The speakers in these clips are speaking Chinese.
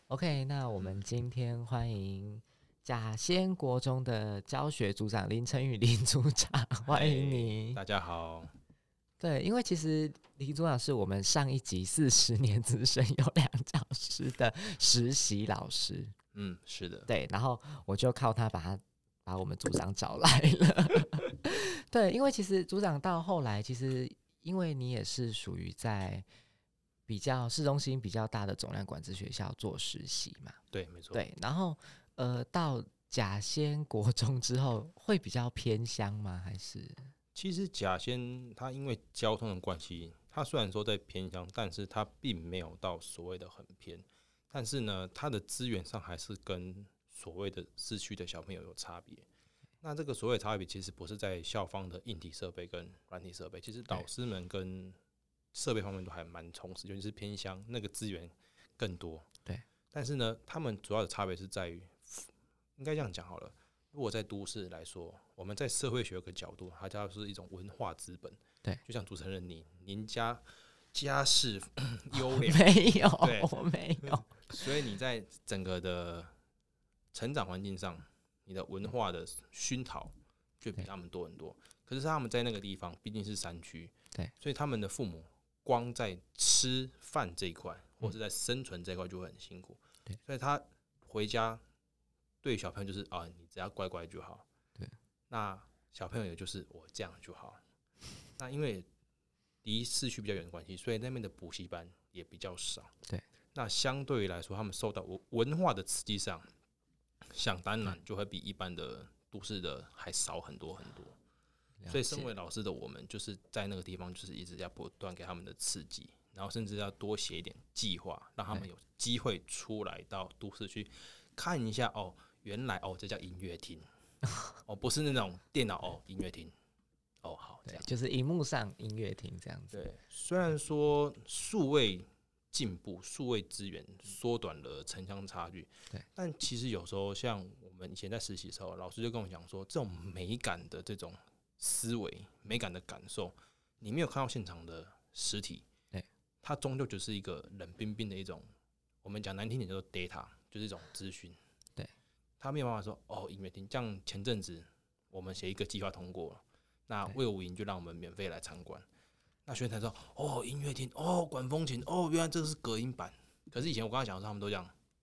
OK，那我们今天欢迎甲仙国中的教学组长林晨宇林组长，欢迎你。 大家好。 对，因为其实林组长是我们上一集40年资深优良教师的实习老师。 是的。 对，然后我就靠他把我们组长找来了。对，因为其实组长到后来，其实因为你也是属于在比较市中心比较大的总量管制学校做实习嘛。 对，没错。 对，然后到甲仙国中之后会比较偏乡吗？还是？ 其实甲仙它因为交通的关系，它虽然说在偏乡，但是它并没有到所谓的很偏。但是呢，它的资源上还是跟所谓的市区的小朋友有差别。那这个所谓的差别，其实不是在校方的硬体设备跟软体设备，其实老师们跟设备方面都还蛮充实，尤其是偏乡那个资源更多。 对。 但是呢，他们主要的差别是在于，应该这样讲好了。如果在都市来说，我们在社会学有个角度，它叫是一种文化资本。 对， 就像主持人您家世优良， 没有，我没有。 所以你在整个的成长环境上，你的文化的熏陶就比他们多很多。可是他们在那个地方毕竟是山区， 对， 所以他们的父母光在吃饭这一块，或者在生存这一块就会很辛苦。 对， 所以他回家对小朋友就是你只要乖乖就好。 对， 那小朋友也就是我这样就好。那因为离市区比较远的关系，所以那边的补习班也比较少。 对， 那相对于来说，他们受到文化的刺激上，想当然就会比一般的都市的还少很多很多。所以身为老师的我们，就是在那个地方，就是一直要不断给他们的刺激，然后甚至要多写一点计划，让他们有机会出来到都市去看一下。原来这叫音乐厅，不是那种电脑音乐厅。好，这样就是荧幕上音乐厅这样子。 对，虽然说数位进步、数位资源缩短了城乡差距， 对， 但其实有时候像我们以前在实习的时候，老师就跟我讲说，这种美感的这种思维、美感的感受，你没有看到现场的实体， 对， 它终究就是一个冷冰冰的一种，我们讲难听点叫做 data， 就是一种资讯。 对， 他没有办法说音乐厅，这样前阵子我们写一个计划通过了。那魏武营就让我们免费来参观，那学生才说音乐厅管风琴原来这是隔音板。可是以前我刚才讲的时候，他们都这样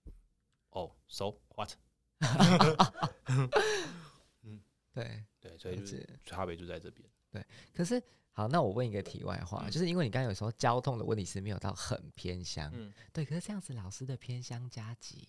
so what 对，所以就是差别就在这边。 对，可是好，那我问一个题外话，就是因为你刚刚有说交通的问题是没有到很偏乡，对，可是这样子老师的偏乡加级。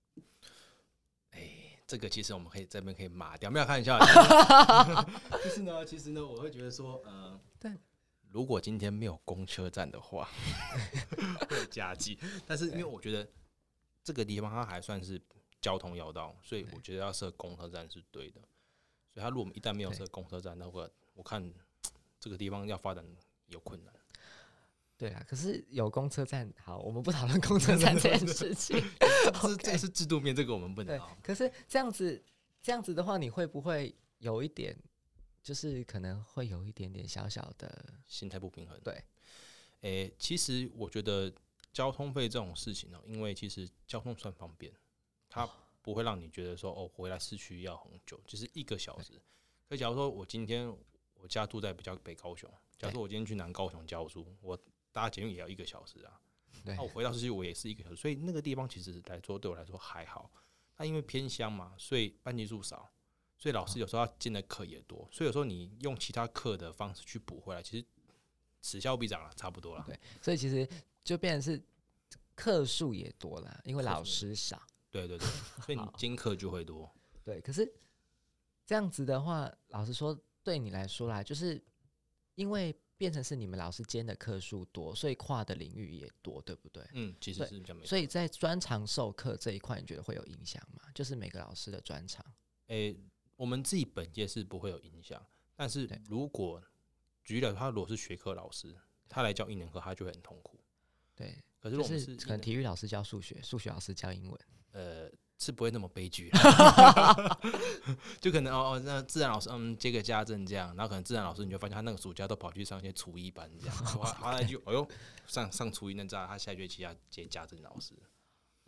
这个其实我们可以这边可以码掉，没有开玩笑。其实呢，我会觉得说， 对， 如果今天没有公车站的话，会有加计。但是因为我觉得这个地方它还算是交通要道，所以我觉得要设公车站是对的。所以它如果我们一旦没有设公车站，那我看这个地方要发展有困难。 对啊，可是有公车站，好，我们不讨论公车站这件事情。 这是制度面，这个我们不能。 可是这样子的话，你会不会有一点，就是可能会有一点点小小的心态不平衡？ 对， 其实我觉得交通费这种事情因为其实交通算方便，它不会让你觉得说回来市区要很久，就是1个小时。可假如说我今天我家住在比较北高雄，假如说我今天去南高雄教书，我搭捷运也要1个小时啊。那我回到市区我也是1个小时，所以那个地方其实来说对我来说还好。那因为偏乡嘛，所以班级数少，所以老师有时候要兼的课也多，所以有时候你用其他课的方式去补回来，其实此消彼长了，差不多了。 对，所以其实就变成是课数也多了，因为老师少。 对，所以你兼课就会多。 对，可是这样子的话，老实说，对你来说啦，就是因为变成是你们老师兼的课数多，所以跨的领域也多，对不对？ 其实是这样没错。 所以在专长授课这一块，你觉得会有影响吗？就是每个老师的专长。 我们自己本届是不会有影响，但是如果举例来说，他如果是学科老师，他来教1年课，他就会很痛苦。 对， 可是如果我们是可能体育老师教数学，数学老师教英文。 是不会那么悲剧，就可能那自然老师接个家政这样，然后可能自然老师你就发现他那个暑假都跑去上一些厨艺班这样，他来就上厨艺那他下学期要接家政老师。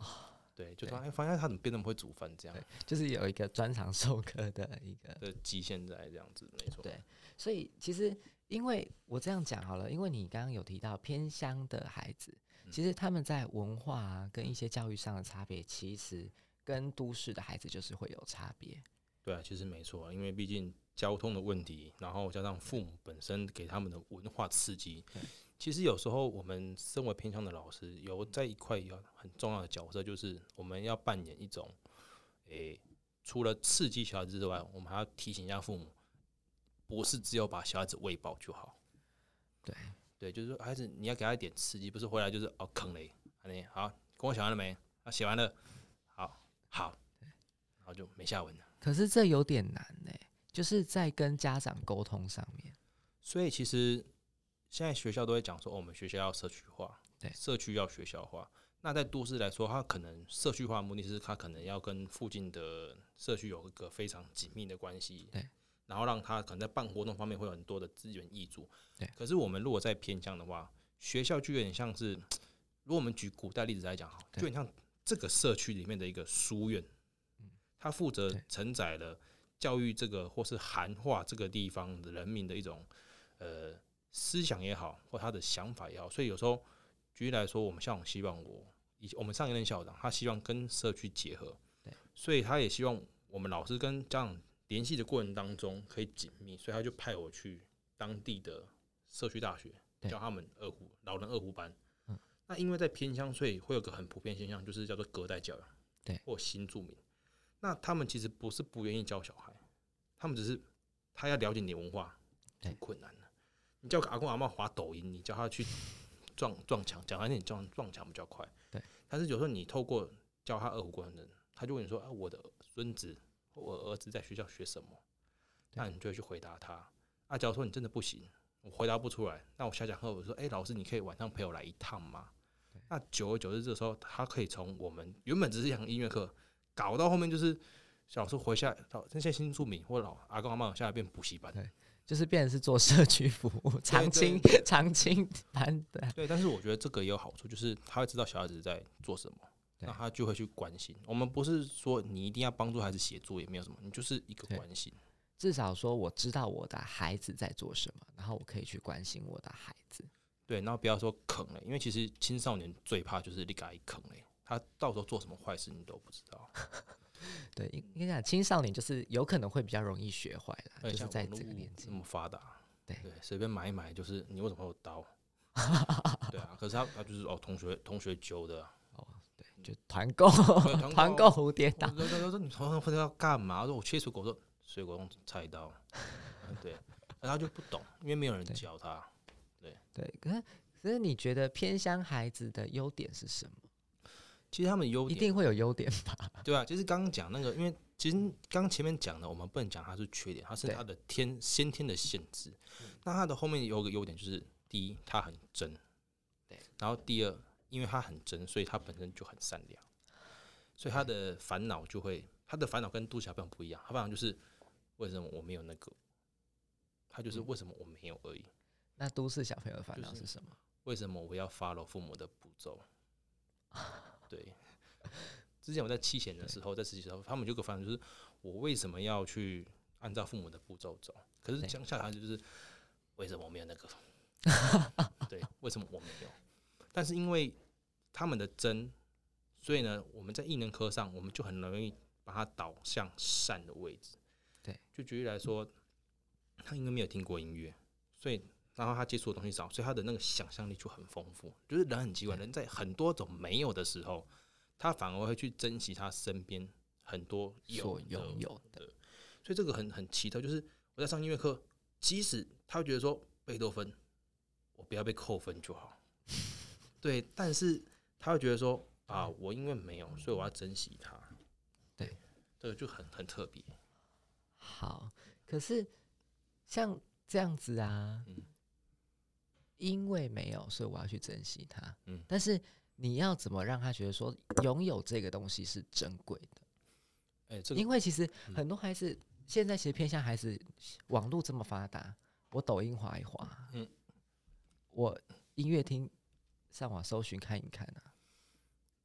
对，就说哎，发现他怎么变那么会煮饭这样， 就是有一个专长授课的一个的极限在这样子，没错。 对，所以其实因为我这样讲好了，因为你刚刚有提到偏乡的孩子，其实他们在文化啊跟一些教育上的差别，其实跟都市的孩子就是会有差别。 对啊，其实没错，因为毕竟交通的问题，然后加上父母本身给他们的文化刺激，其实有时候我们身为偏乡的老师，有在一块有很重要的角色，就是我们要扮演一种，除了刺激小孩子之外，我们还要提醒一下父母，不是只有把小孩子喂饱就好。 对对，就是说孩子你要给他一点刺激，不是回来就是哦坑嘞，好，跟我写完了没？写完了，好，然后就没下文了。 可是这有点难呢，就是在跟家长沟通上面。 所以其实现在学校都会讲说，我们学校要社区化， 对， 社区要学校化。那在都市来说，它可能社区化的目的是，它可能要跟附近的社区有一个非常紧密的关系， 对， 然后让它可能在办活动方面会有很多的资源挹注， 对。 可是我们如果在偏乡的话，学校就有点像是，如果我们举古代例子来讲，就很像这个社区里面的一个书院，它负责承载了教育这个或是涵化这个地方的人民的一种思想也好，或他的想法也好，所以有时候举例来说，我们校长希望我们上一任校长他希望跟社区结合，所以他也希望我们老师跟家长联系的过程当中可以紧密，所以他就派我去当地的社区大学教他们老人二胡班。那因为在偏乡，所以会有个很普遍现象，就是叫做隔代教养， 对， 或新住民。那他们其实不是不愿意教小孩，他们只是他要了解你的文化很困难的。你叫阿公阿嬷滑抖音，你叫他去撞墙，讲难听点撞墙比较快。 对， 但是有时候你透过教他二胡过程中，他就问你说：“啊，我的孙子或我儿子在学校学什么？”那你就会去回答他。啊，假如说你真的不行，我回答不出来，那我下讲课我说：“老师，你可以晚上陪我来一趟吗？”那久而久之，这时候他可以从我们原本只是讲音乐课，搞到后面就是小时候回下那些新住民或老阿公阿嬷下来变补习班， 对，就是变成是做社区服务长青班的。 对，但是我觉得这个也有好处，就是他会知道小孩子在做什么，那他就会去关心。我们不是说你一定要帮助孩子写作，也没有什么，你就是一个关心。 至少说我知道我的孩子在做什么，然后我可以去关心我的孩子。 对，然后不要说坑了，因为其实青少年最怕就是你给他一坑了，他到时候做什么坏事你都不知道。 对，应该讲青少年就是有可能会比较容易学坏啦，就是在这个年纪那么发达， 对， 随便买一买就是你为什么会有刀？对啊，可是他就是同学揪的。 对，就团购团购蝴蝶刀。 他说你同学要干嘛？我说我切水果，说水果用菜刀。对，他就不懂，因为没有人教他。 对，可是你觉得偏乡孩子的优点是什么？ 其实他们优点一定会有优点吧？ 对啊，就是刚刚讲那个，因为其实刚前面讲的，我们不能讲它是缺点，它是它的先天的限制。那它的后面有个优点，就是第一，它很真，对，然后第二，因为它很真，所以它本身就很善良，所以他的烦恼跟都市小朋友不一样，他烦恼就是为什么我没有那个，他就是为什么我没有而已。 那都市小朋友的烦恼是什么？ 为什么我要 follow 父母的步骤？对，之前我在七贤的时候，在实习的时候，他们就有个烦恼，就是我为什么要去按照父母的步骤走？可是讲下来就是为什么我没有那个？对，为什么我没有？但是因为他们的真，所以呢，我们在艺能科上，我们就很容易把它导向善的位置。 对， 就举例来说，他因为没有听过音乐，所以然后他接触的东西少，所以他的那个想象力就很丰富。就是人很奇怪，人在很多种没有的时候，他反而会去珍惜他身边很多所拥有的。 所以这个很奇特，就是我在上音乐课，即使他会觉得说贝多芬，我不要被扣分就好，对，但是他会觉得说啊，我因为没有，所以我要珍惜它。 对， 这个就很特别。 好，可是像这样子啊，因为没有，所以我要去珍惜它。但是你要怎么让他觉得说拥有这个东西是珍贵的？因为其实很多孩子现在其实偏向孩子，网络这么发达，我抖音滑一滑，我音乐厅上网搜寻看一看啊，对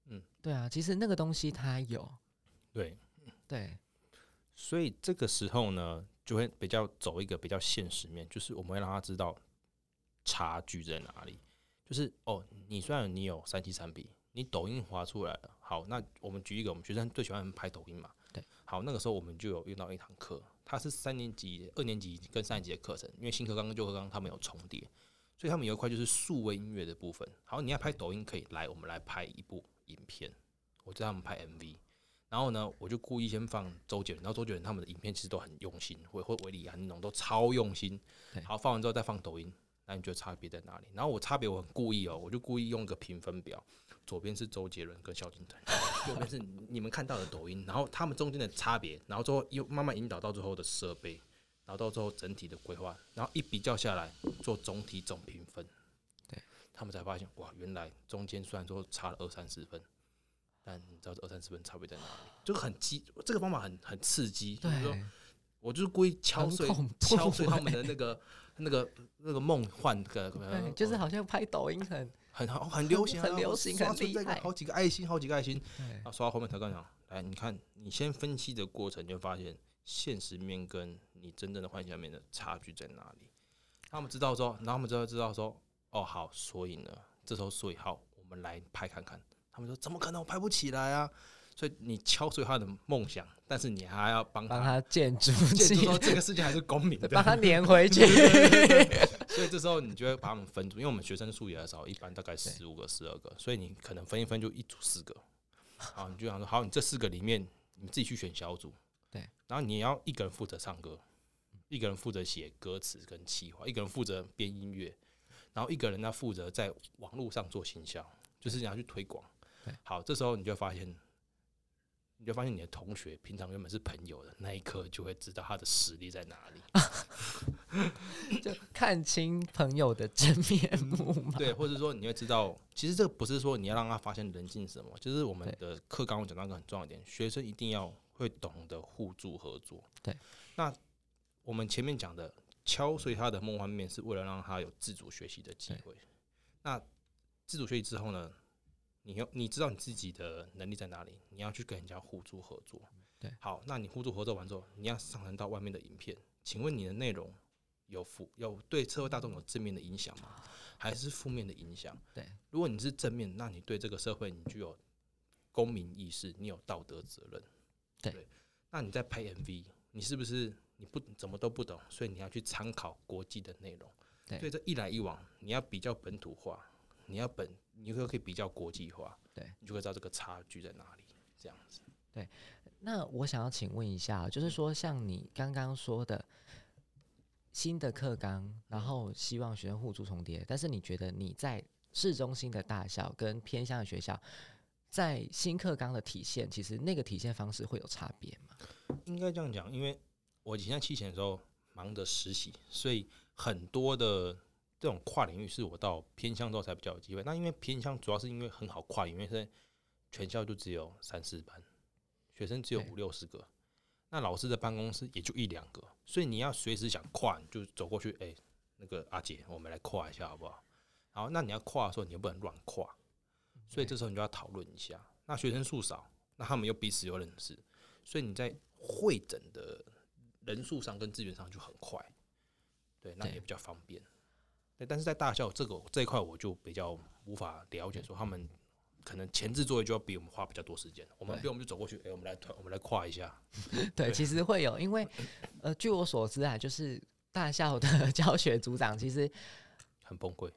对啊，其实那个东西它有， 对对所以这个时候呢，就会比较走一个比较现实面，就是我们会让他知道差距在哪里。就是你虽然你有3C产品，你抖音滑出来了，好，那我们举一个，我们学生最喜欢拍抖音嘛， 对， 好，那个时候我们就有用到一堂课，它是3年级、2年级跟3年级的课程，因为新课纲跟旧课纲他们有重叠，所以他们有一块就是数位音乐的部分。好，你要拍抖音可以来，我们来拍一部影片，我叫他们拍 MV。然后呢，我就故意先放周杰伦，然后周杰伦他们的影片其实都很用心，或韦礼安那种都超用心。好，放完之后再放抖音，那你觉得差别在哪里？然后我差别我很故意我就故意用一个评分表，左边是周杰伦跟萧敬腾，右边是你们看到的抖音，然后他们中间的差别，然后之后又慢慢引导到最后的设备，然后到最后整体的规划，然后一比较下来做总体总评分， 对， 他们才发现哇，原来中间虽然说差了20-30分。但你知道这20-30分差别在哪里？就很这个方法很刺激，就是说，我就是故意敲碎他们的那个梦幻的， 就是好像拍抖音很流行， 很流行，很厉害， 好几个爱心，然后刷到后面才跟你讲，来，你看，你先分析的过程，就发现现实面跟你真正的幻想面的差距在哪里。他们知道说，然后他们就会知道说，好，所以呢，这时候好，我们来拍看看。他们说怎么可能我拍不起来啊？所以你敲碎他的梦想，但是你还要帮他建筑说这个世界还是公平的， 帮他粘回去。 所以这时候你就会把他们分组，因为我们学生数也少，一般大概15个、12个，所以你可能分一分就一组4个。好，你就想说，好，你这4个里面你自己去选小组， 对， 然后你要一个人负责唱歌，一个人负责写歌词跟企划，一个人负责编音乐，然后一个人要负责在网络上做行销，就是你要去推广。好，这时候你就发现你的同学平常原本是朋友的那一刻，就会知道他的实力在哪里，就看清朋友的真面目嘛。 对，或者说你会知道，其实这个不是说你要让他发现人性什么，就是我们的课纲我讲到一个很重要的点，学生一定要会懂得互助合作。 对， 那我们前面讲的敲碎他的梦幻面，是为了让他有自主学习的机会。那自主学习之后呢？你知道你自己的能力在哪里，你要去跟人家互助合作。 对， 好，那你互助合作完之后，你要上传到外面的影片，请问你的内容有对社会大众有正面的影响吗？还是负面的影响？ 对， 如果你是正面，那你对这个社会你具有公民意识，你有道德责任。对，那你在拍 MV， 你是不是你怎么都不懂，所以你要去参考国际的内容？所以这一来一往，你要比较本土化。你就可以比较国际化， 对， 你就会知道这个差距在哪里。这样子， 对。那我想要请问一下，就是说，像你刚刚说的新的课纲，然后希望学生互助重叠，但是你觉得你在市中心的大校跟偏乡的学校，在新课纲的体现，其实那个体现方式会有差别吗？ 应该这样讲，因为我以前在7前的时候忙着实习，所以很多的这种跨领域是我到偏乡之后才比较有机会。那因为偏乡主要是因为很好跨领域，因为是全校就只有3-4班，学生只有50-60个，那老师的办公室也就1-2个，所以你要随时想跨，你就走过去，那个阿姐，我们来跨一下好不好？好，那你要跨的时候，你又不能乱跨，所以这时候你就要讨论一下。那学生数少，那他们又彼此有认识，所以你在会诊的人数上跟资源上就很快，对，那也比较方便。对，但是在大校这一块我就比较无法了解，说他们可能前置作业就要比我们花比较多时间，我们不用我们就走过去，我们来跨一下。 对，其实会有，因为据我所知啊，就是大校的教学组长其实很崩溃，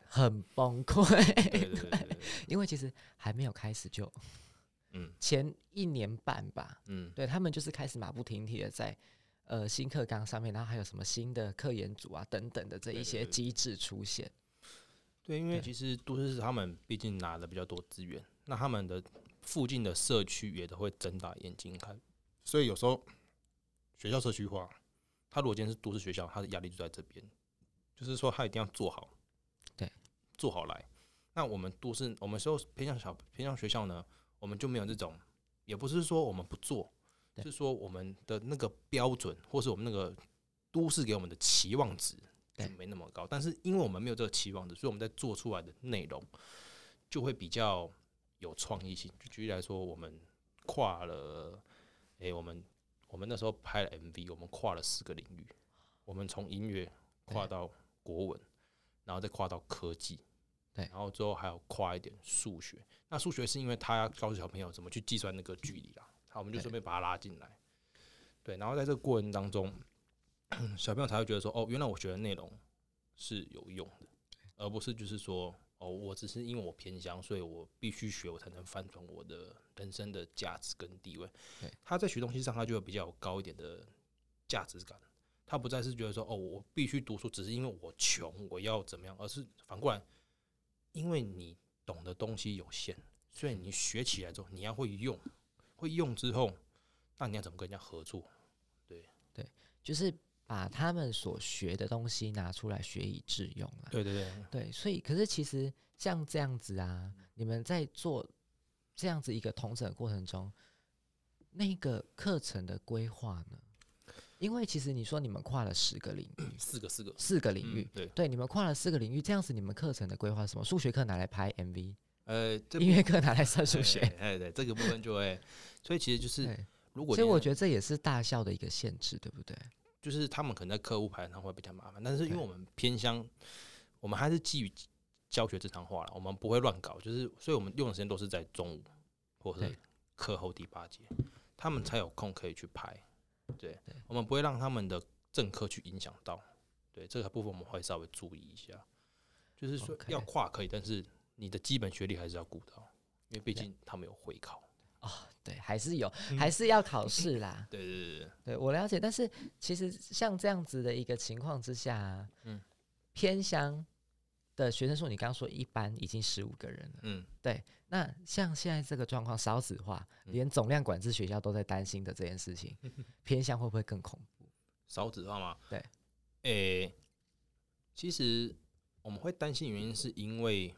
对，因为其实还没有开始就，前1年半吧，对他们就是开始马不停蹄的在。新课纲上面，然后还有什么新的科研组啊等等的这一些机制出现。 对，因为其实都市他们毕竟拿了比较多资源，那他们的附近的社区也都会睁大眼睛看，所以有时候学校社区化，他如果今天是都市学校，他的压力就在这边，就是说他一定要做好， 对， 做好来。那我们说偏向学校呢，我们就没有这种，也不是说我们不做。是说我们的那个标准，或是我们那个都市给我们的期望值就没那么高，但是因为我们没有这个期望值，所以我们在做出来的内容就会比较有创意性。就举例来说，我们跨了，我们那时候拍了 MV， 我们跨了4个领域，我们从音乐跨到国文，然后再跨到科技， 对， 然后之后还有跨一点数学。那数学是因为他要告诉小朋友怎么去计算那个距离啦，好，我们就顺便把他拉进来。对，然后在这个过程当中，小朋友才会觉得说，哦，原来我学的内容是有用的，而不是就是说，哦，我只是因为我偏乡，所以我必须学，我才能翻转我的人生的价值跟地位。他在学东西上，他就会比较有高一点的价值感。他不再是觉得说，哦，我必须读书，只是因为我穷，我要怎么样，而是反过来，因为你懂的东西有限，所以你学起来之后，你要会用，会用之后，那你要怎么跟人家合作？ 对，就是把他们所学的东西拿出来学以致用啦。对，所以可是其实像这样子啊，你们在做这样子一个统整的过程中，那个课程的规划呢？因为其实你说你们跨了10个领域，4个领域，对，你们跨了4个领域，这样子你们课程的规划是什么？数学课拿来拍 MV，音乐课拿来算数学， 对，这个部分就会，所以其实就是，如果所以我觉得这也是大校的一个限制，对不对？ 就是他们可能在客户排上会比较麻烦，但是因为我们偏乡，我们还是基于教学正常化了，我们不会乱搞，就是所以我们用的时间都是在中午或者是课后第8节，他们才有空可以去排。对，我们不会让他们的正课去影响到。对，这个部分我们会稍微注意一下，就是说要跨可以，但是你的基本学历还是要顾到，因为毕竟他们有会考。 对，还是有，还是要考试啦。 对， 我了解。但是其实像这样子的一个情况之下，偏乡的学生数，你刚刚说一般已经15个人了，对。那像现在这个状况少子化，连总量管制学校都在担心的这件事情，偏乡会不会更恐怖？ 少子化吗？ 对， 其实我们会担心，原因是因为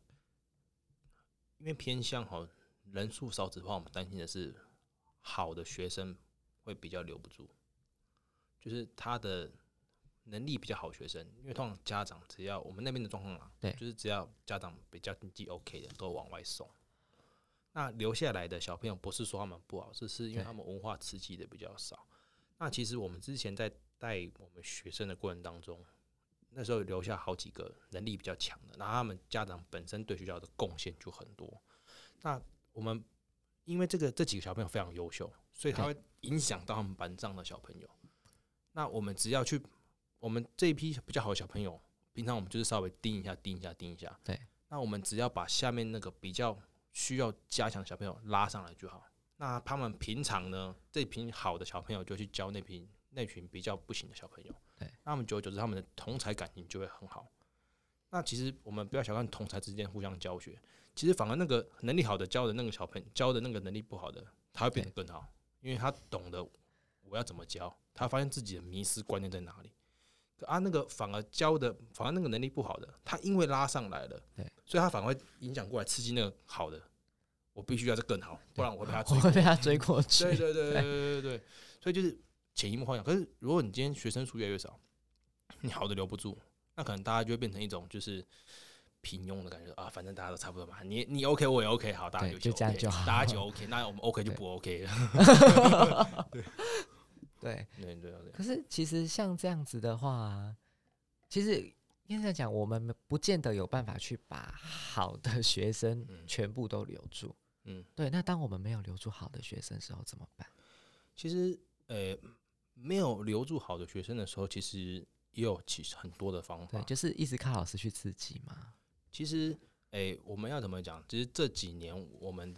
偏乡人数少子化，我们担心的是好的学生会比较留不住，就是他的能力比较好的学生，因为通常家长只要我们那边的状况啦， 对， 就是只要家长比较经济 OK 的，都往外送。那留下来的小朋友不是说他们不好，是因为他们文化刺激的比较少。那其实我们之前在带我们学生的过程当中，那时候留下好几个能力比较强的，然后他们家长本身对学校的贡献就很多。那我们因为这几个小朋友非常优秀，所以他会影响到他们班上的小朋友。那我们只要去，我们这一批比较好的小朋友，平常我们就是稍微盯一下。 对。 那我们只要把下面那个比较需要加强的小朋友拉上来就好。那他们平常呢，这群好的小朋友就去教那群比较不行的小朋友。 对。 那他们久而久之，他们的同才感情就会很好。那其实我们不要小看同才之间互相教学。其实反而那个能力好的教的那个小朋友教的那个能力不好的，他会变得更好，因为他懂得我要怎么教，他发现自己的迷失观念在哪里。那个反而那个能力不好的，他因为拉上来了，所以他反而会影响过来刺激那个好的，我必须要再更好，不然我会被他追过去。对，所以就是潜移默化。可是如果你今天学生数越来越少，你好的留不住，那可能大家就会变成一种就是平庸的感觉啊，反正大家都差不多嘛，你 OK 我也 OK， 好，大家就这样就好， 大家就 OK， 那我们 OK 就不 OK 了。 对。可是其实像这样子的话，其实应该讲，我们不见得有办法去把好的学生全部都留住。对。那当我们没有留住好的学生的时候怎么办？ 其实，没有留住好的学生的时候，其实也有很多的方法。 对，就是一直靠老师去刺激嘛。 其实，我们要怎么讲？其实这几年我们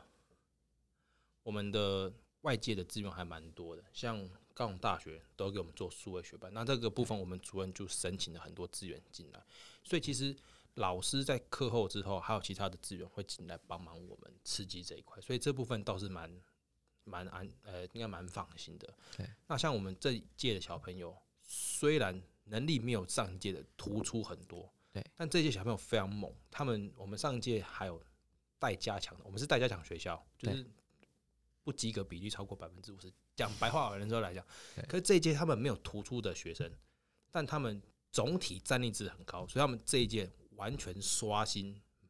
的外界的资源还蛮多的，像高雄大学都给我们做数位学班，那这个部分我们主任就申请了很多资源进来，所以其实老师在课后之后还有其他的资源会进来帮忙我们刺激这一块，所以这部分倒是应该蛮放心的。 对。 那像我们这一届的小朋友，虽然能力没有上一届的突出很多， 对， 但这一届小朋友非常猛。我们上一届还有带加强的，我们是带加强学校，就是不及格比例超过50%。讲白话文的时候来讲，可是这一届他们没有突出的学生，但他们总体战力值很高，所以他们这一届完全刷新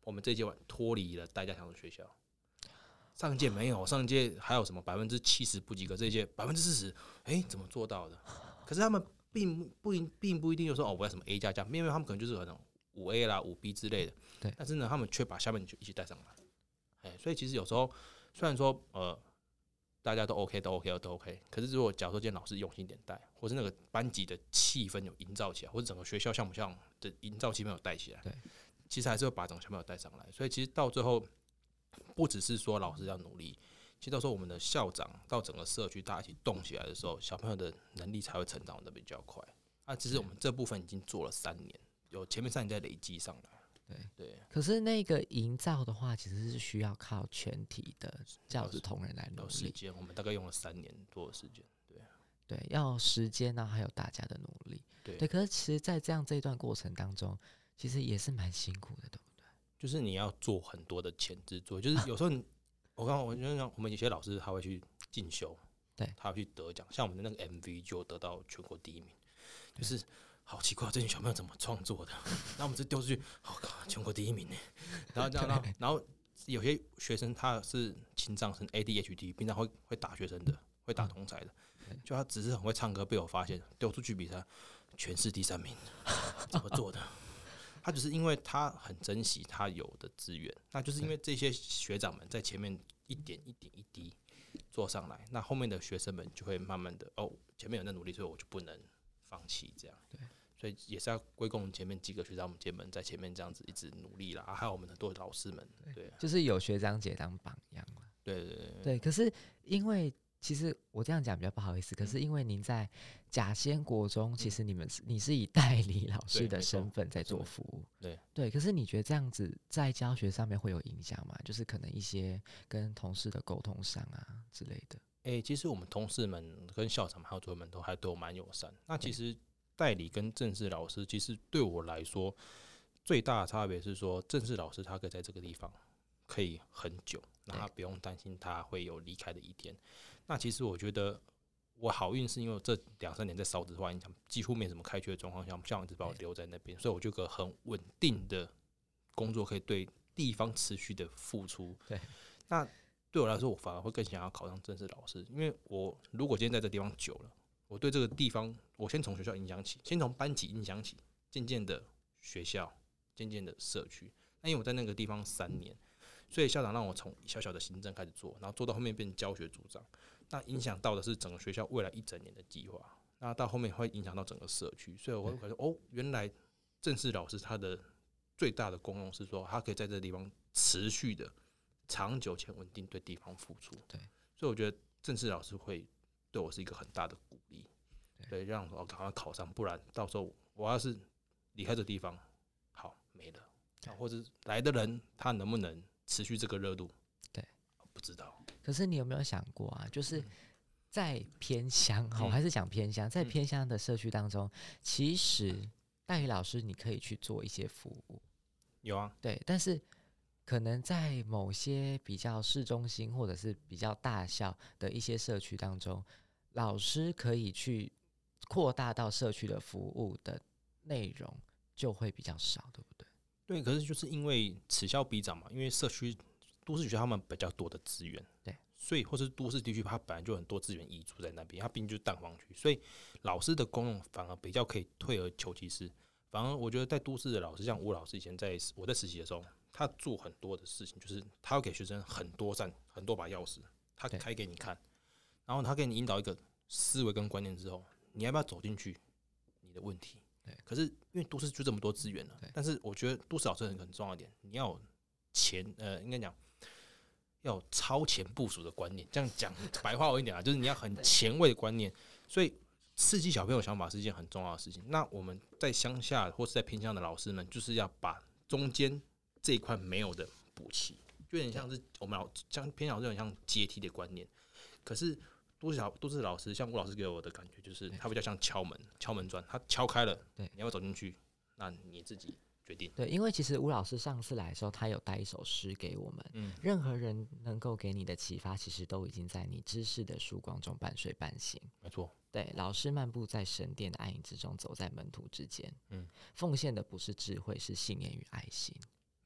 我们这一届脱离了代价强的学校。上一届没有，上一届还有什么70%不及格，这一届40%，怎么做到的？可是他们并不一定就说我要什么 A 加，因为他们可能就是可能5A 啦、5B 之类的。 对， 但是呢，他们却把下面就一起带上来。所以其实有时候虽然说大家都 OK， 可是如果假如说今天老师用心点带，或是那个班级的气氛有营造起来，或者整个学校像不像的营造气氛有带起来， 对， 其实还是会把整个小朋友带上来。所以其实到最后，不只是说老师要努力，其实到时候我们的校长到整个社区大家一起动起来的时候，小朋友的能力才会成长的比较快。其实我们这部分已经做了3年，有前面3年在累积上来。对， 可是那个营造的话，其实是需要靠全体的教职同仁来努力。 有时间，我们大概用了3年多的时间。 对，要时间呢，还有大家的努力。对，可是其实，在这一段过程当中，其实也是蛮辛苦的，对不对？ 就是你要做很多的前置作业，就是有时候我觉得我们有些老师他会去进修， 对， 他会去得奖，像我们的那个 MV 就得到全国第1名，就是好奇怪，这群小朋友怎么创作的？然后我们这丢出去，全国第1名呢。然后这样，然后有些学生他是情障生 ADHD， 平常会打学生的，会打同才的。就他只是很会唱歌，被我发现丢出去比赛，全市第3名，怎么做的？他只是因为他很珍惜他有的资源，那就是因为这些学长们在前面一点一滴做上来，那后面的学生们就会慢慢的前面有在努力，所以我就不能放弃这样。 对， 所以也是要归功前面几个学长姐们在前面这样子一直努力啦，还有我们很多老师们，对， 就是有学长姐当榜样嘛。 对。 可是因为其实我这样讲比较不好意思，可是因为您在甲仙国中，其实你是以代理老师的身份在做服务，对。可是你觉得这样子在教学上面会有影响吗？就是可能一些跟同事的沟通上啊之类的。 其实我们同事们跟校长还有主任们都还对我蛮友善。那其实代理跟正式老师，其实对我来说最大的差别是说，正式老师他可以在这个地方可以很久，那他不用担心他会有离开的一天。那其实我觉得我好运是因为这2-3年在少子化影响，几乎没什么开缺的状况下，校长一直把我留在那边，所以我就有个很稳定的工作，可以对地方持续的付出。 对， 那对我来说，我反而会更想要考上正式老师，因为我如果今天在这地方久了，我对这个地方，我先从学校影响起，先从班级影响起，渐渐的学校，渐渐的社区。那因为我在那个地方3年，所以校长让我从小小的行政开始做，然后做到后面变教学组长。那影响到的是整个学校未来1整年的计划，那到后面会影响到整个社区，所以我会感觉原来正式老师他的最大的功用是说，他可以在这个地方持续的、长久且稳定对地方付出。 对， 所以我觉得正式老师会对我是一个很大的鼓励，对，让我赶快考上，不然到时候我要是离开这个地方，好没了，或者来的人他能不能持续这个热度， 对， 不知道。 可是你有没有想过啊？就是在偏乡，我还是讲偏乡，在偏乡的社区当中，其实代理老师你可以去做一些服务， 有啊， 对，但是可能在某些比较市中心或者是比较大校的一些社区当中，老师可以去扩大到社区的服务的内容就会比较少，对不对？ 对，可是就是因为此消彼长嘛，因为社区都市学校他们比较多的资源， 对， 所以或是都市地区它本来就很多资源移驻在那边，它毕竟就是蛋黄区，所以老师的功用反而比较可以退而求其次。反而我觉得在都市的老师，像吴老师以前我在实习的时候，他做很多的事情，就是他要给学生很多把钥匙，他开给你看，然后他给你引导一个思维跟观念之后，你要不要走进去？你的问题。可是因为都市就这么多资源了，但是我觉得都市老师很重要一点，你要有应该讲要有超前部署的观念。这样讲白话文一点啊，就是你要很前卫的观念，所以刺激小朋友想法是一件很重要的事情。那我们在乡下或是在偏乡的老师们，就是要把中间这一块没有的补齐，就有点像是我们偏乡有点像阶梯的观念。可是都市老师，像吴老师给我的感觉就是，他比较像敲门砖，他敲开了，你要不要走进去？那你自己决定。 对，因为其实吴老师上次来的时候，他有带一首诗给我们。任何人能够给你的启发，其实都已经在你知识的曙光中半睡半醒。 没错。 对，老师漫步在神殿的暗影之中，走在门徒之间。奉献的不是智慧，是信念与爱心。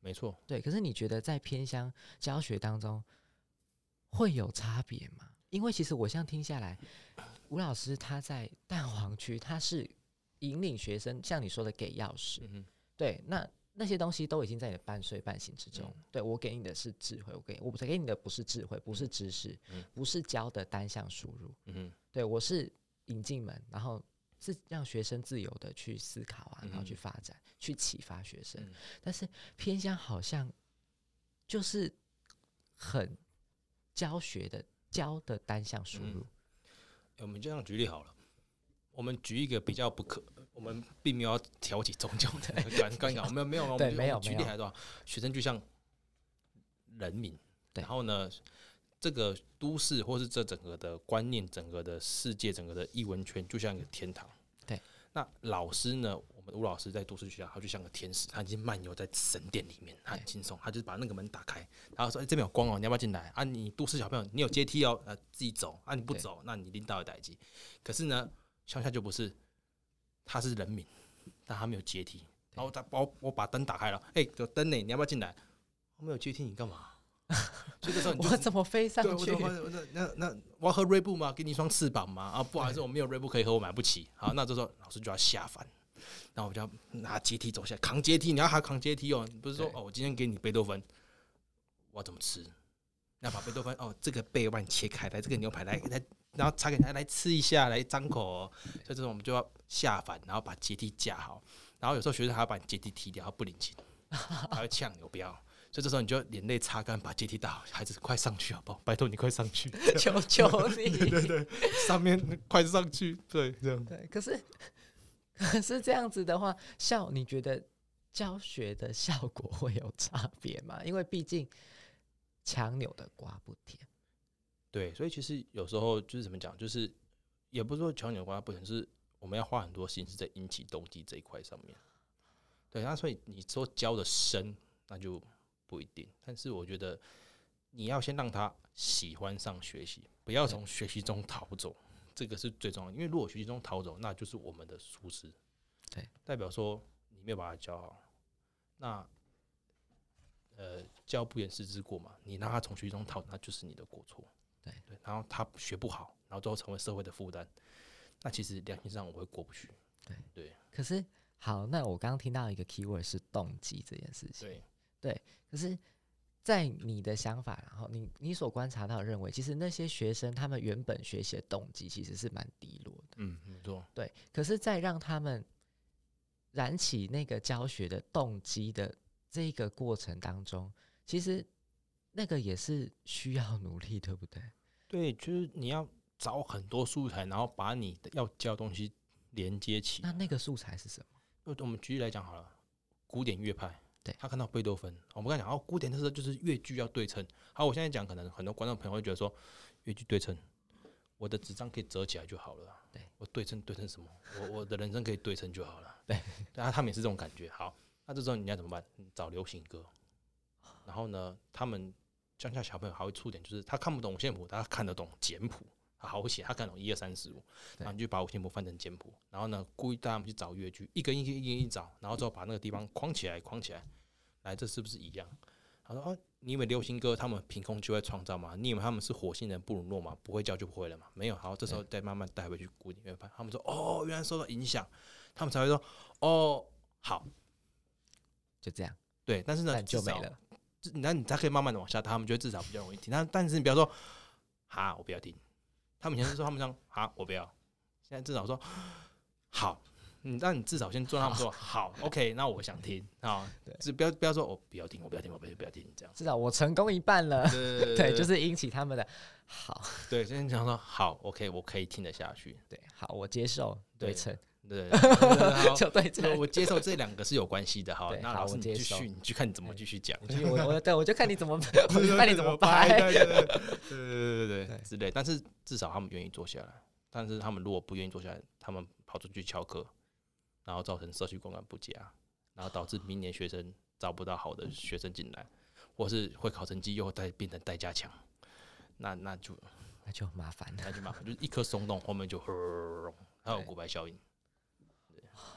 没错。 对，可是你觉得在偏乡教学当中会有差别吗？因为其实我这样听下来，吴老师他在蛋黄区，他是引领学生，像你说的给钥匙，对，那些东西都已经在你的半睡半醒之中。对，我给你的是智慧，我给你的不是智慧，不是知识，不是教的单向输入。对，我是引进门，然后是让学生自由的去思考啊，然后去发展，去启发学生。但是偏乡好像就是很教的单向输入。 我们这样举例好了，我们举一个比较我们并没有要挑起宗教的观感，我们没有，我们举例来说，学生就像人民，然后呢，这个都市或是这整个的观念、整个的世界、整个的艺文圈，就像一个天堂。 对， 那老师呢？我们吴老师在都市学校，他就像个天使，他已经漫游在神殿里面，他很轻松，他就是把那个门打开，然后说：“这边有光哦，你要不要进来啊？你都市小朋友，你有阶梯哦，自己走啊，你不走，那你领导有代志。可是呢，乡下就不是，他是人民，但他没有阶梯。然后我把灯打开了，有灯呢，你要不要进来？我没有阶梯，你干嘛？”所以这时候我怎么飞上去？ 那我要喝瑞布吗？给你一双翅膀吗？啊，不好意思，我没有瑞布可以喝，我买不起。好，那这时候老师就要下凡，然后我就要拿阶梯走下来，扛阶梯，你要还扛阶梯哦，不是说我今天给你贝多芬，我要怎么吃？要把贝多芬这个贝帮你切开来，这个牛排来，然后插给他来吃一下，来张口哦。所以这时候我们就要下凡，然后把阶梯架好，然后有时候学生还要把你阶梯踢掉，他不领情，他会呛你，我不要。所以这时候你就眼泪擦干，把阶梯打好，孩子快上去好不好？拜托你快上去， 求求你！ 对，上面快上去，对，这样。 对，可是这样子的话，你觉得教学的效果会有差别吗？因为毕竟强扭的瓜不甜。 对，所以其实有时候就是怎么讲，就是也不是说强扭瓜不甜，是我们要花很多心思在引起动机这一块上面。对，那所以你说教的深，那就不一定，但是我觉得你要先让他喜欢上学习，不要从学习中逃走，这个是最重要的。因为如果学习中逃走，那就是我们的疏失， 对， 代表说你没有把他教好。那教不严师之过嘛，你让他从学习中逃，那就是你的过错。对，然后他学不好，然后最后成为社会的负担，那其实良心上我会过不去。对， 可是好，那我刚刚听到一个 keyword 是动机这件事情。对，可是，在你的想法，然后你所观察到认为，其实那些学生他们原本学习的动机其实是蛮低落的。 没错。 对，可是，在让他们燃起那个教学的动机的这个过程当中，其实那个也是需要努力，对不对？ 对，就是你要找很多素材，然后把你的要教的东西连接起来。 那个素材是什么？ 我们举例来讲好了，古典乐派。 对， 他看到贝多芬，我们刚才讲古典的时候就是乐句要对称。好，我现在讲，可能很多观众朋友会觉得说，乐句对称，我的纸张可以折起来就好了。 对， 我对称什么？我的人生可以对称就好了。 对， 他们也是这种感觉。好，那这时候你要怎么办？你找流行歌，然后呢，他们乡下小朋友还会触点，就是他看不懂五线谱，他看得懂简谱。他好写，他看懂1、2、3、4、5，然后你就把五线谱翻成简谱，然后呢，故意带他们去找乐句，一根一找，然后之后把那个地方框起来，来，这是不是一样？他说：“你以为流行歌他们凭空就会创造吗？你以为他们是火星人布鲁诺吗？不会教就不会了吗？没有。好，这时候再慢慢带回去古典乐派，他们说：原来受到影响，他们才会说：好， 就这样。 对，但是呢， 就没了。 那你才可以慢慢的往下，他们觉得至少比较容易听。但是你不要说，我不要听。”他们以前是说他们讲我不要，现在至少说好，那你至少先做他们说好 ，OK， 那我想听啊，不要说我不要听，我不要听这样， 至少我成功一半了，对，就是引起他们的好， 对，先讲说好 ，OK， 我可以听得下去， 对，好，我接受对称， 对， 就对称， 我接受这两个是有关系的，好，那老师你继续，你去看你怎么继续讲， 我就看你怎么，看你怎么掰， 对之类，但是至少他们愿意坐下来，但是他们如果不愿意坐下来，他们跑出去翘课，然后造成社区观感不佳，然后导致明年学生招不到好的学生进来，或是会考成绩又变成待加强，那就麻烦了， 就是一颗松动，后面就还有骨牌效应。 对，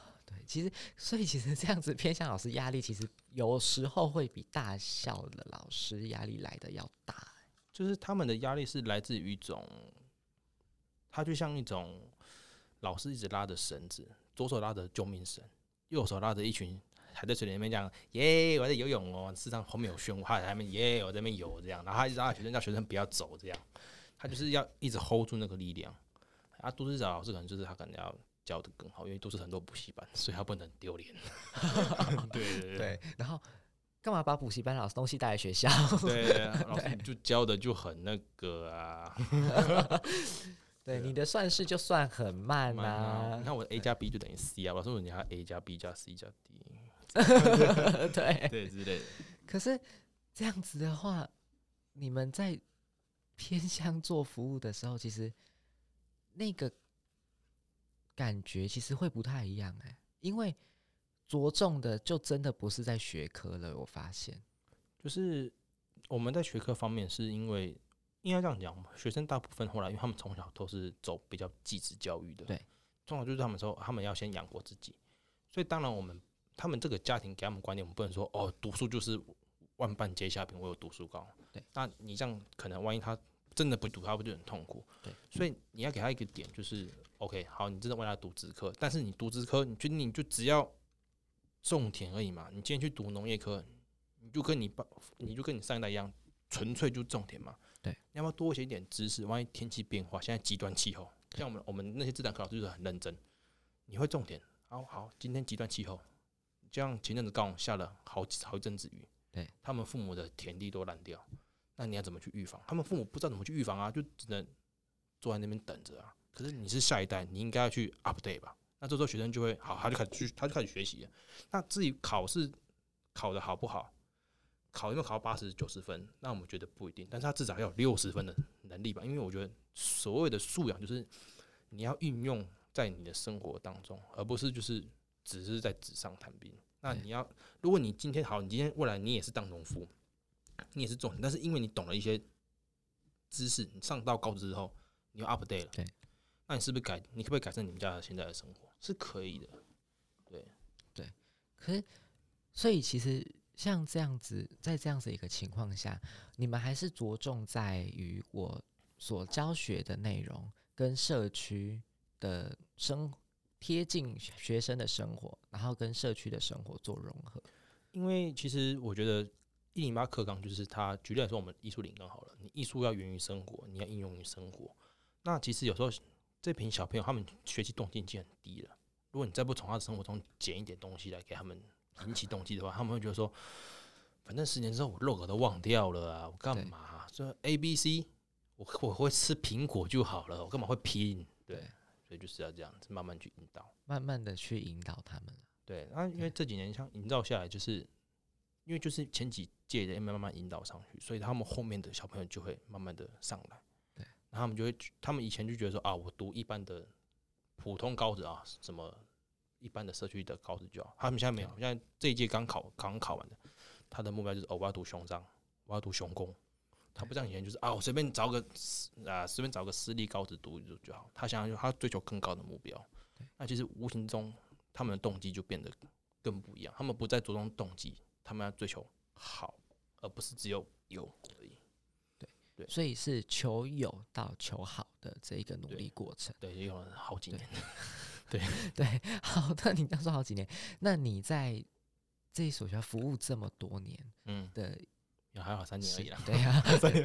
所以其实这样子偏向老师压力，其实有时候会比大校的老师压力来的要大。 就是他们的压力是来自于一种，他就像一种老师一直拉着绳子，左手拉着救命绳，右手拉着一群还在水里面这样耶，我在游泳哦，事实上后面有漩涡，他在那边耶，我在那边游这样，然后他一直拉学生，叫学生不要走这样，他就是要一直 hold 住那个力量。啊，都市长老师可能就是他可能要教的更好，因为都市很多补习班，所以他不能丢脸。对对对，然后干嘛把补习班老师东西带来学校？ 对，老师就教的就很那个啊。 对，你的算式就算很慢慢啊！ 啊。 你看我的 A 加 B 就等于 C 啊，老师说你还 A 加 B 加 C 加 D， 对对之类的。 可是这样子的话，你们在偏向做服务的时候，其实那个感觉其实会不太一样因为着重的就真的不是在学科了。我发现， 就是我们在学科方面，是因为应该这样讲，学生大部分后来，因为他们从小都是走比较技职教育的， 对， 从小就是他们说他们要先养活自己，所以当然他们这个家庭给他们观念，我们不能说哦，读书就是万般皆下品，唯有读书高。 对， 那你这样可能万一他真的不读，他不就很痛苦？ 对， 所以你要给他一个点，就是 OK， 好，你真的为他读职科，但是你读职科，你觉得你就只要种田而已嘛？你今天去读农业科，你就跟你上一代一样，纯粹就种田嘛？ 对， 你要不要多学一点知识？万一天气变化，现在极端气候，像我们那些自然科老师就是很认真，你会种田，好，今天极端气候，这样前阵子高雄下了好一阵子雨， 对， 他们父母的田地都烂掉，那你要怎么去预防？他们父母不知道怎么去预防啊，就只能坐在那边等着啊。可是你是下一代，你应该要去 update 吧？那这时候学生就会好，他就开始学习了。那至于考试考得好不好，有没有考到80、90分，那我们觉得不一定，但是他至少要有60分的能力吧。因为我觉得所谓的素养，就是你要运用在你的生活当中，而不是就是只是在纸上谈兵。那你要，如果你今天未来你也是当农夫，你也是种田，但是因为你懂了一些知识，你上到高职之后，你又 update 了， 对， 那你是不是你可不可以改善你们家现在的生活？是可以的，对。 可是所以其实像这样子，在这样子一个情况下，你们还是着重在于我所教学的内容跟社区的贴近学生的生活，然后跟社区的生活做融合。 因为其实我觉得108课纲就是它，举例来说，我们艺术领纲好了，你艺术要源于生活，你要应用于生活。那其实有时候这群小朋友他们学习动机已经很低了，如果你再不从他的生活中捡一点东西来给他们引起动机的话，他们会觉得说，反正10年之后我肉狗都忘掉了啊，我干嘛？说 ABC， 我会吃苹果就好了，我干嘛会拼？对，所以就是要这样子慢慢去引导， 慢慢的去引导他们。 对，那因为这几年像营造下来，就是因为就是前几届的慢慢引导上去，所以他们后面的小朋友就会慢慢的上来。 对， 然后他们以前就觉得说啊，我读一般的普通高职啊，什么一般的社区的高职就好。他们现在没有，现在这一届刚考完的，他的目标就是我要读雄商，我要读雄工。他不像以前就是啊，我随便找个私立高职读就好。他想要他追求更高的目标。那其实无形中他们的动机就变得更不一样。他们不再着重动机，他们要追求好，而不是只有有而已。对， 所以是求有到求好的这一个努力过程。 对，也用了好几年。 对，好，那你刚说好几年，那你在这一所学校服务这么多年的， 还好3年而已啦。 对啊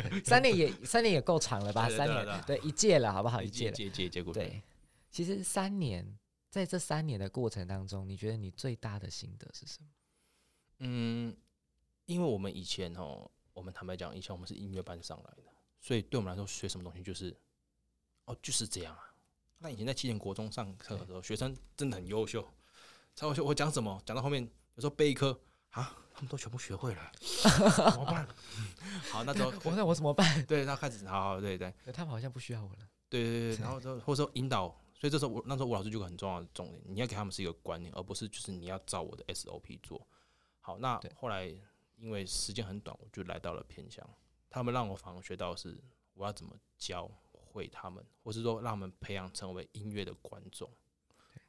，3年也够长了吧？3年，对，1届了，好不好？1届了， 结果对。其实3年，在这3年的过程当中，你觉得你最大的心得是什么？ 因为我们以前我们坦白讲，以前我们是音乐班上来的，所以对我们来说，学什么东西就是这样啊。那以前在7年国中上课的时候，学生真的很优秀，超优秀。我讲什么，讲到后面有时候背一科啊，他们都全部学会了，怎么办？好，那时候那我怎么办？ 对，他开始好，对， 他们好像不需要我了。 对，然后或者说引导，所以这时候那时候吴老师就有个很重要的重点，你要给他们是一个观念，而不是就是你要照我的 SOP 做。好，那后来因为时间很短，我就来到了偏乡，他们让我反而学到的是我要怎么教会他们，或是说让他们培养成为音乐的观众。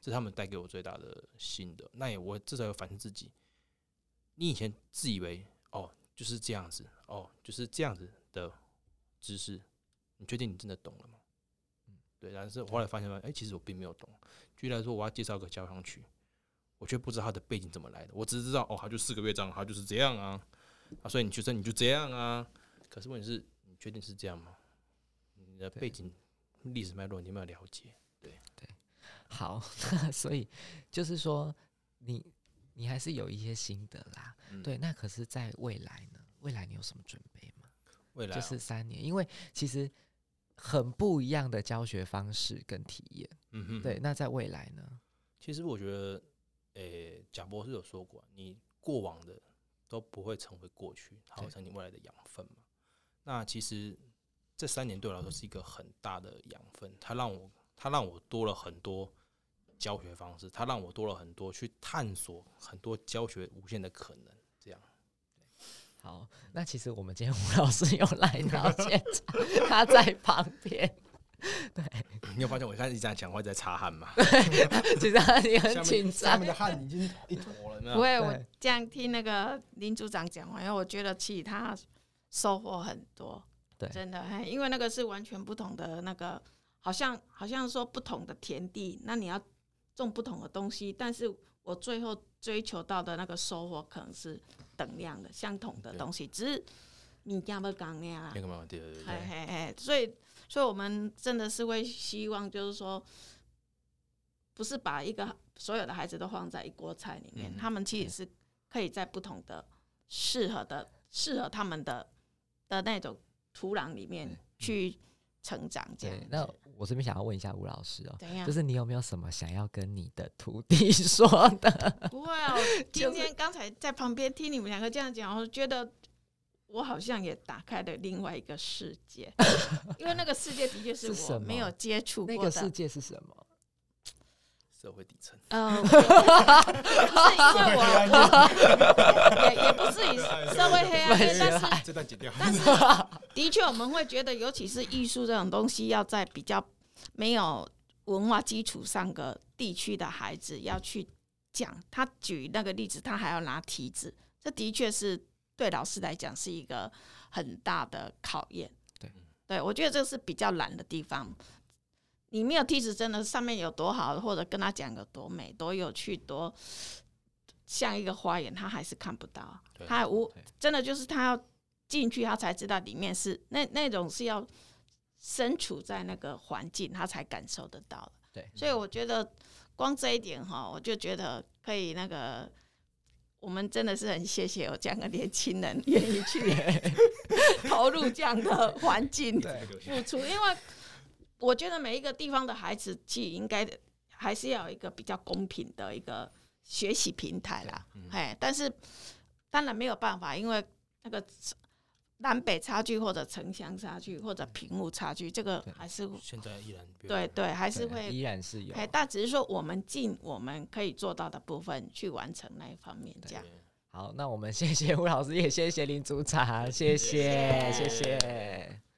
这是他们带给我最大的心得。那我至少有反思自己，你以前自以为就是这样子，就是这样子的知识，你确定你真的懂了吗？对，但是我后来发现，其实我并没有懂。举例来说，我要介绍个交响曲，我却不知道它的背景怎么来的，我只是知道它就4个乐章，它就是这样啊，所以你就这样啊。可是问题是，你确定是这样吗？你的背景、历史脉络你有没有了解？对， 好，所以就是说你还是有一些心得啦，对。那可是，在未来呢？未来你有什么准备吗？ 未来就是3年，因为其实很不一样的教学方式跟体验。对。那在未来呢？ 其实我觉得，贾博士有说过，你过往的都不会成为过去，它会成你未来的养分嘛。那其实这3年对我来说是一个很大的养分，它让我多了很多教学方式，它让我多了很多去探索很多教学无限的可能。这样。 好，那其实我们今天吴老师有来到现场，他在旁边。对， 你有发现我开始这样讲话在擦汗吗？ 对，其实他也很紧张， 下面的汗已经一坨了。 不会，我这样听那个林组长讲完，因为我觉得其实他收获很多， 对， 真的，因为那个是完全不同的那个，好像说不同的田地，那你要种不同的东西，但是我最后追求到的那个收获可能是等量的、相同的东西，只是你家不讲那样啦。对，所以我们真的是会希望，就是说，不是把所有的孩子都放在一锅菜里面，他们其实是可以在不同的适合他们的那种土壤里面去成长。这样。 那我这边想要问一下吴老师就是你有没有什么想要跟你的徒弟说的？ 不会啊，我今天刚才在旁边听你们2个这样讲，我觉得我好像也打开了另外一个世界，因为那个世界的确是我没有接触过的。 那个世界是什么？ 社会底层。 不是因为我也不是以社会黑暗面，但是这段剪掉。 但是的确我们会觉得，尤其是艺术这种东西，要在比较没有文化基础上的地区的孩子要去讲。他举那个例子，他还要拿题字，这的确是对老师来讲是一个很大的考验。对，我觉得这是比较难的地方。你没有题字，真的上面有多好，或者跟他讲有多美、多有趣、多像一个花园，他还是看不到。他还真的就是他要进去，他才知道里面是那种是要身处在那个环境，他才感受得到的。 对， 所以我觉得光这一点我就觉得可以那个。我们真的是很谢谢有这样的年轻人愿意去投入这样的环境付出，因为我觉得每一个地方的孩子其实应该还是要有一个比较公平的一个学习平台啦。但是当然没有办法，因为那个南北差距或者城乡差距或者贫富差距，这个还是现在依然对还是会依然是有， 但只是说我们尽我们可以做到的部分去完成那一方面，这样。 好，那我们谢谢吴老师，也谢谢林组长，谢谢。